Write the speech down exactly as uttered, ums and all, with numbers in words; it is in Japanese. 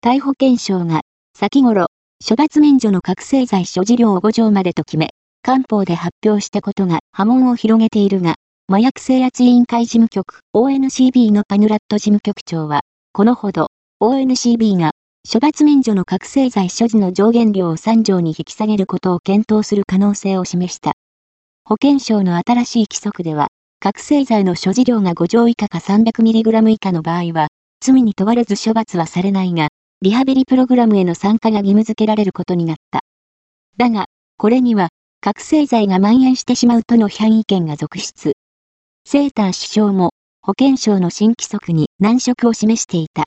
逮捕検証が、先頃、処罰免除の覚醒剤所持量をご条までと決め、官報で発表したことが波紋を広げているが、麻薬制圧委員会事務局 オーエヌシービー のパヌラット事務局長は、このほど、オーエヌシービー が、処罰免除の覚醒剤所持の上限量をさん条に引き下げることを検討する可能性を示した。保健省の新しい規則では、覚醒剤の所持量がご条以下か さんびゃくミリグラム 以下の場合は、罪に問われず処罰はされないが、リハビリプログラムへの参加が義務付けられることになった。だが、これには、覚醒剤が蔓延してしまうとの批判意見が続出。セーター首相も、保健省の新規則に難色を示していた。